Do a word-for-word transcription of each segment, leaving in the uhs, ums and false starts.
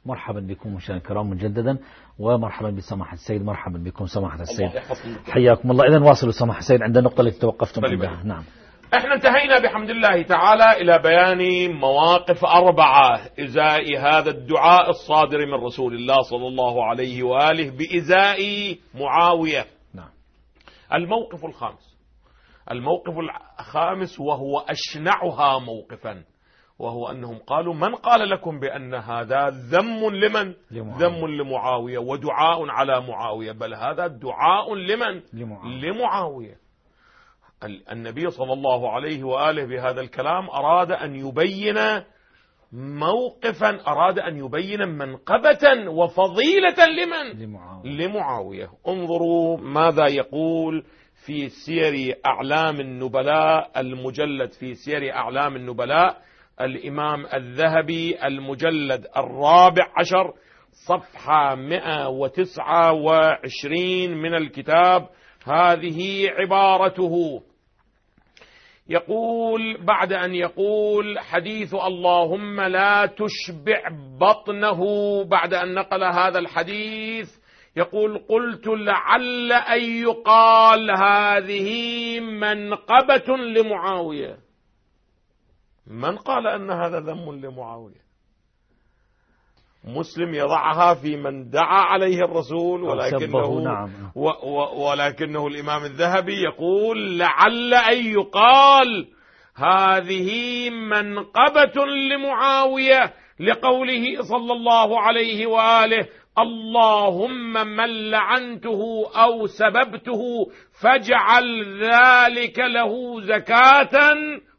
مرحبا بكم مشاهدينا الكرام مجددا، ومرحبا بسماحة السيد. مرحبا بكم سماحة السيد، حياكم الله. إذا واصلوا سماحة السيد عند النقطة التي توقفتم عندها. نعم، احنا انتهينا بحمد الله تعالى إلى بيان مواقف أربعة إزاء هذا الدعاء الصادر من رسول الله صلى الله عليه وآله بإزاء معاوية. نعم. الموقف الخامس، الموقف الخامس وهو أشنعها موقفا، وهو أنهم قالوا: من قال لكم بأن هذا ذم لمن؟ لمعاوية. ذم لمعاوية ودعاء على معاوية، بل هذا دعاء لمن؟ لمعاوية. لمعاوية. النبي صلى الله عليه وآله بهذا الكلام أراد أن يبين موقفا، أراد أن يبين منقبة وفضيلة لمن؟ لمعاوية. لمعاوية. انظروا ماذا يقول في سير أعلام النبلاء، المجلد في سير أعلام النبلاء الإمام الذهبي، المجلد الرابع عشر، صفحة مئة وتسعة وعشرين من الكتاب. هذه عبارته، يقول بعد أن يقول حديث اللهم لا تشبع بطنه، بعد أن نقل هذا الحديث يقول: قلت لعل أن يقال هذه منقبة لمعاوية. من قال أن هذا ذم لمعاوية؟ مسلم يضعها في من دعا عليه الرسول، ولكنه, نعم. و و ولكنه الإمام الذهبي يقول: لعل أن يقال هذه منقبة لمعاوية، لقوله صلى الله عليه وآله: اللهم من لعنته أو سببته فاجعل ذلك له زكاة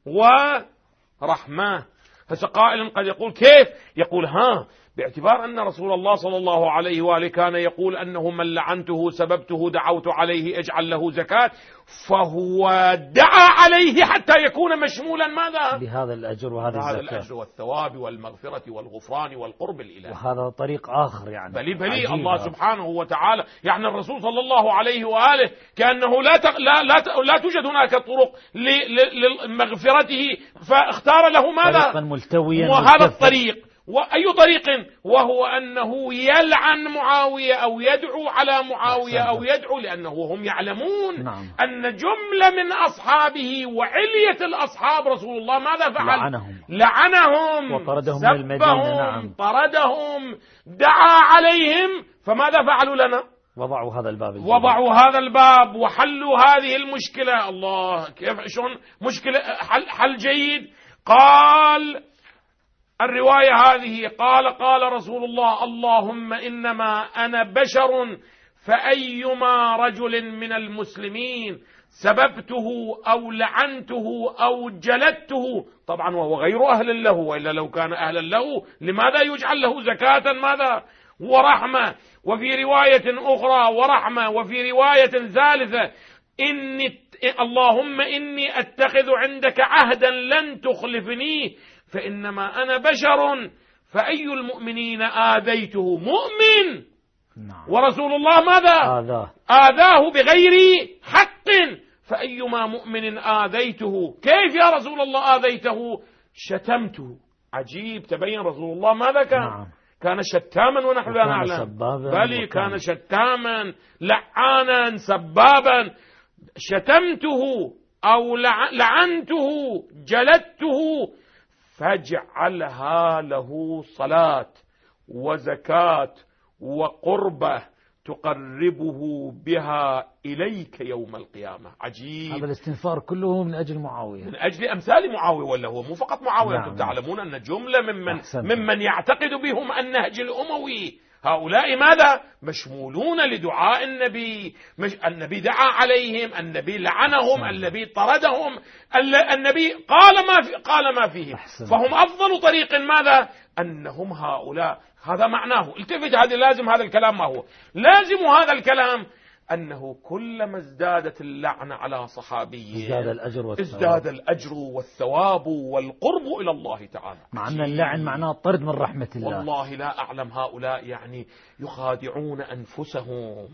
ورحمة. فقائل قد يقول: كيف؟ يقول: ها، باعتبار أن رسول الله صلى الله عليه وآله كان يقول أنه من لعنته سببته دعوت عليه اجعل له زكاة، فهو دعا عليه حتى يكون مشمولا ماذا؟ بهذا الأجر وهذا الزكاة، هذا الأجر والثواب والمغفرة والغفران والقرب الإلهي. وهذا طريق آخر يعني بلي بلي الله سبحانه وتعالى، يعني الرسول صلى الله عليه وآله كأنه لا تق... لا لا, ت... لا توجد هناك طرق ل... ل... لمغفرته، فاختار له ماذا؟ طريقا ملتويا، وهذا الطريق. وأي طريق؟ وهو أنه يلعن معاوية أو يدعو على معاوية أو يدعو، لأنه هم يعلمون نعم. أن جملة من أصحابه وعلية الأصحاب رسول الله ماذا فعل؟ لعنهم, لعنهم وطردهم من المدينة. نعم. طردهم، دعا عليهم، فماذا فعلوا لنا؟ وضعوا هذا الباب الجديد. وضعوا هذا الباب وحلوا هذه المشكلة. الله، كيف شلون مشكلة حل, حل جيد. قال الرواية هذه، قال قال رسول الله: اللهم إنما أنا بشر، فأيما رجل من المسلمين سببته أو لعنته أو جلدته، طبعا وهو غير أهل له، وإلا لو كان أهلا له لماذا يجعل له زكاة ماذا؟ ورحمة. وفي رواية أخرى ورحمة، وفي رواية ثالثة: إني اللهم إني أتخذ عندك عهدا لن تخلفني، فإنما أنا بشر، فأي المؤمنين آذيته؟ مؤمن. نعم. ورسول الله ماذا؟ آذاه آذاه بغير حق، فأيما مؤمن آذيته؟ كيف يا رسول الله آذيته؟ شتمته. عجيب، تبين رسول الله ماذا كان؟ نعم. كان شتاما ونحن لا نعلم، بل كان شتاما لعانا سبابا. شتمته أو لعنته جلدته، فاجعلها له صلاة وزكاة وقربة تقربه بها إليك يوم القيامة. عجيب، هذا الاستنفار كله من أجل معاوية، من أجل أمثال معاوية، ولا هو مو فقط معاوية. نعم. أنتم تعلمون أن جملة ممن, أحسنت. ممن يعتقد بهم النهج الأموي، هؤلاء ماذا؟ مشمولون لدعاء النبي. مش النبي دعا عليهم، النبي لعنهم، أحسنت. النبي طردهم، النبي قال ما في قال ما فيهم. أحسنت. فهم أفضل طريق ماذا؟ أنهم هؤلاء. هذا معناه. التفت، هذا لازم، هذا الكلام ما هو لازم، هذا الكلام أنه كلما ازدادت اللعنة على صحابي ازداد الأجر والثواب، ازداد الأجر والثواب والقرب إلى الله تعالى. مع أن اللعن معناه طرد من رحمة الله. والله لا أعلم، هؤلاء يعني يخادعون أنفسهم.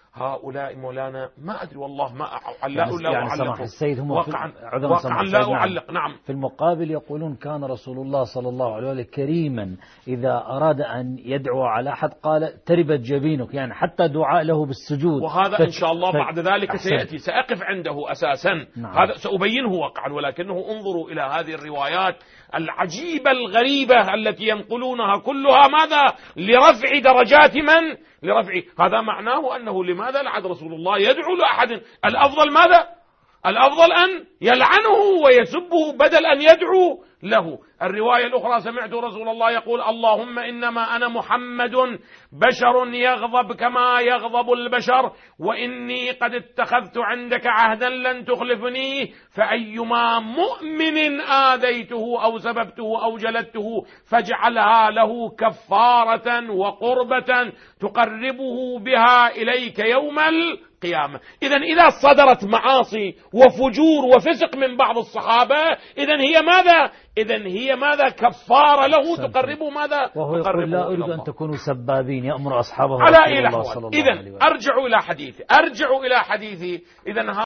هؤلاء مولانا ما أدري والله ما لا يعني لا يعني أعلق السيد هم واقعا, واقعا لا أعلق. نعم. في المقابل يقولون كان رسول الله صلى الله عليه وسلم كريما، إذا أراد أن يدعو على أحد قال تربت جبينك، يعني حتى دعاء له بالسجود. وهذا ف... إن شاء الله ف... بعد ذلك أحسن. سيأتي، سأقف عنده أساسا. نعم. هذا سأبينه واقعا، ولكنه انظروا إلى هذه الروايات العجيبة الغريبة التي ينقلونها كلها ماذا؟ لرفع درجات من؟ لرفع. هذا معناه أنه لماذا لعد رسول الله يدعو لأحد؟ الأفضل ماذا؟ الأفضل أن يلعنه ويسبه بدل أن يدعو له. الرواية الأخرى سمعت رسول الله يقول اللهم إنما أنا محمد بشر يغضب كما يغضب البشر، وإني قد اتخذت عندك عهدا لن تخلفني، فأيما مؤمن آذيته أو سببته أو جلدته فاجعلها له كفارة وقربة تقربه بها إليك يوم القيامة. إذن إذا صدرت معاصي وفجور وفسق من بعض الصحابة، إذن هي ماذا؟ إذن هي ماذا؟ كفارة له تقربه ماذا؟ وهو يقول لا أريد أن تكونوا سبابين، يأمر أصحابه على إيه. إذن أرجع إلى حديثي أرجع إلى حديثي إذن